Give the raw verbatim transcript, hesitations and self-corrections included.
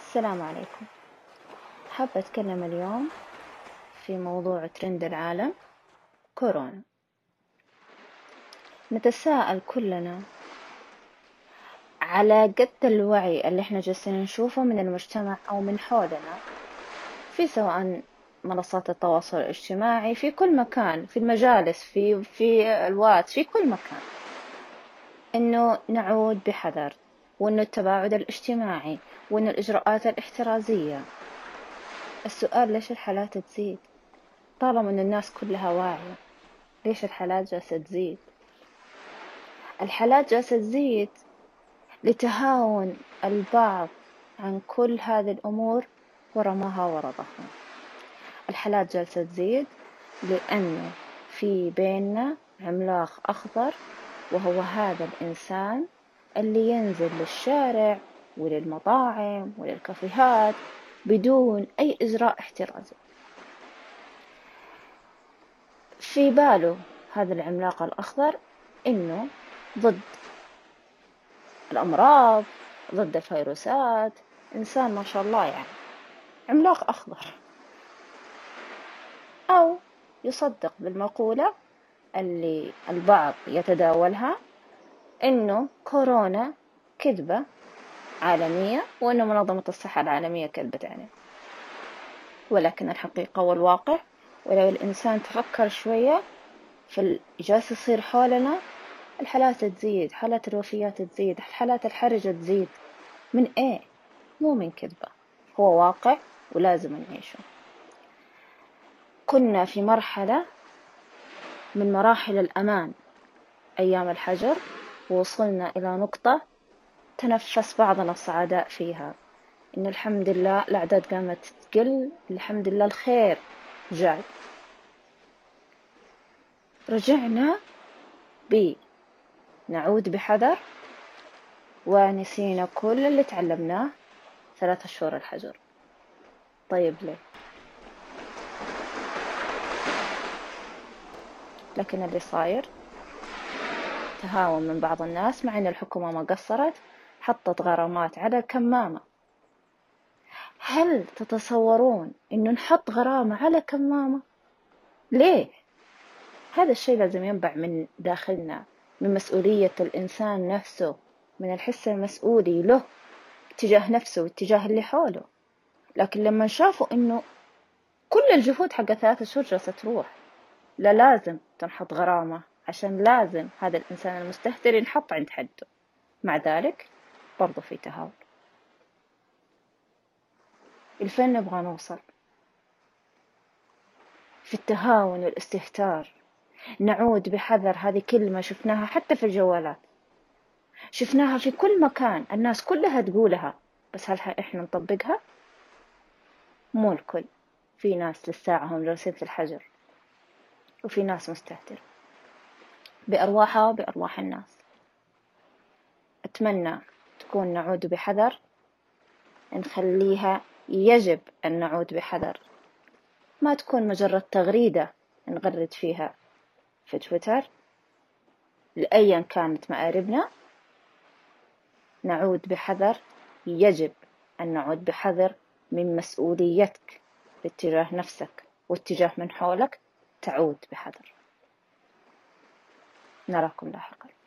السلام عليكم. حابة أتكلم اليوم في موضوع ترند العالم، كورونا. نتساءل كلنا على قد الوعي اللي احنا جالسين نشوفه من المجتمع أو من حولنا، في سواء منصات التواصل الاجتماعي، في كل مكان، في المجالس، في في الواتس، في كل مكان، إنه نعود بحذر، وإنه التباعد الاجتماعي، وإنه الإجراءات الاحترازية. السؤال: ليش الحالات تزيد؟ طالما إن الناس كلها واعية، ليش الحالات جالسة تزيد؟ الحالات جالسة تزيد لتهاون البعض عن كل هذه الأمور ورماها ورا ظهرهم. الحالات جالسة تزيد لأنه في بيننا عملاق أخضر، وهو هذا الإنسان اللي ينزل للشارع وللمطاعم وللكافيهات بدون أي إجراء احترازي. في باله هذا العملاق الأخضر إنه ضد الأمراض، ضد الفيروسات، إنسان ما شاء الله، يعني عملاق أخضر. أو يصدق بالمقولة اللي البعض يتداولها إنه كورونا كذبة عالمية، وإنه منظمة الصحة العالمية كذبت عليه. ولكن الحقيقة والواقع، ولو الإنسان تفكر شوية في اللي جالس يصير حولنا، الحالات تزيد، حالات الوفيات تزيد، حالات الحرجة تزيد. من إيه؟ مو من كذبة، هو واقع ولازم نعيشه. كنا في مرحلة من مراحل الأمان أيام الحجر، ووصلنا إلى نقطة تنفس بعضنا السعداء فيها، إن الحمد لله الأعداد قامت تقل، الحمد لله الخير جاء. رجعنا بنعود بحذر، ونسينا كل اللي تعلمناه ثلاثة شهور الحجر. طيب ليه؟ لكن اللي صاير تهاون من بعض الناس، مع أن الحكومة ما قصرت، حطت غرامات على الكمامة. هل تتصورون إنه نحط غرامة على كمامة؟ ليه؟ هذا الشيء لازم ينبع من داخلنا، من مسؤولية الإنسان نفسه، من الحس المسؤولي له اتجاه نفسه واتجاه اللي حوله. لكن لما شافوا إنه كل الجهود حق ثلاثة شهور جالسة تروح، لا لازم تنحط غرامة، عشان لازم هذا الإنسان المستهتر ينحط عند حده. مع ذلك برضو في تهاون. الفن نبغى نوصل في التهاون والاستهتار. نعود بحذر، هذه كلمة شفناها حتى في الجوالات، شفناها في كل مكان، الناس كلها تقولها، بس هل إحنا نطبقها؟ مو الكل. في ناس للساعة هم جالسين في الحجر، وفي ناس مستهتر بأرواحها وبأرواح الناس. أتمنى تكون نعود بحذر، نخليها يجب أن نعود بحذر، ما تكون مجرد تغريدة نغرد فيها في تويتر لأيا كانت مآربنا. نعود بحذر، يجب أن نعود بحذر من مسؤوليتك باتجاه نفسك واتجاه من حولك. تعود بحذر. نراكم لاحقا.